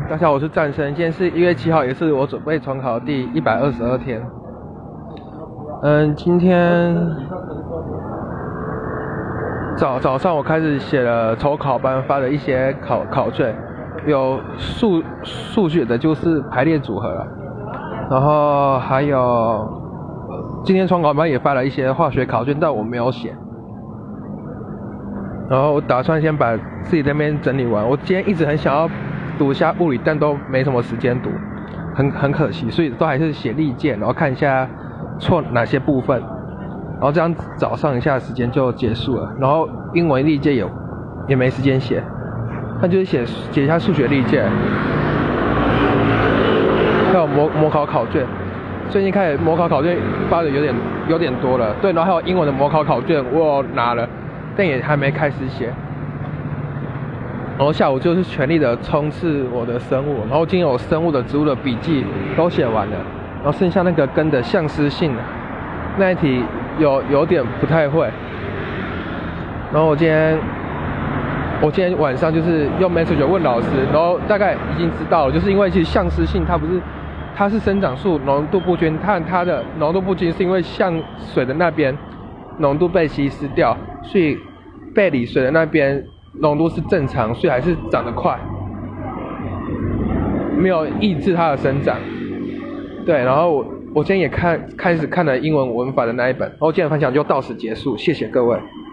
大家好，我是战生，今天是1月7号，也是我准备重考第122天。今天早上我开始写了筹考班发的一些考卷，有数学的，就是排列组合了，然后还有今天重考班也发了一些化学考卷，但我没有写。然后我打算先把自己那边整理完。我今天一直很想要读一下物理，但都没什么时间读，很可惜，所以都还是写例件，然后看一下错哪些部分，然后这样早上一下时间就结束了。然后英文例件也没时间写，那就是写一下数学例件，还有模考考卷。最近开始模考考卷发的有点多了，对，然后还有英文的模考考卷我拿了，但也还没开始写。然后下午就是全力的冲刺我的生物，然后今天有生物的植物的笔记都写完了，然后剩下那个根的相似性那一题有点不太会。然后我今天晚上就是用 Messenger 问老师，然后大概已经知道了，就是因为其实相似性它是生长素浓度不均，它的浓度不均是因为向水的那边浓度被稀释掉，所以背离水的那边浓度是正常，所以还是长得快，没有抑制它的生长。对，然后我今天也开始看了英文文法的那一本，然后今天的分享就到此结束，谢谢各位。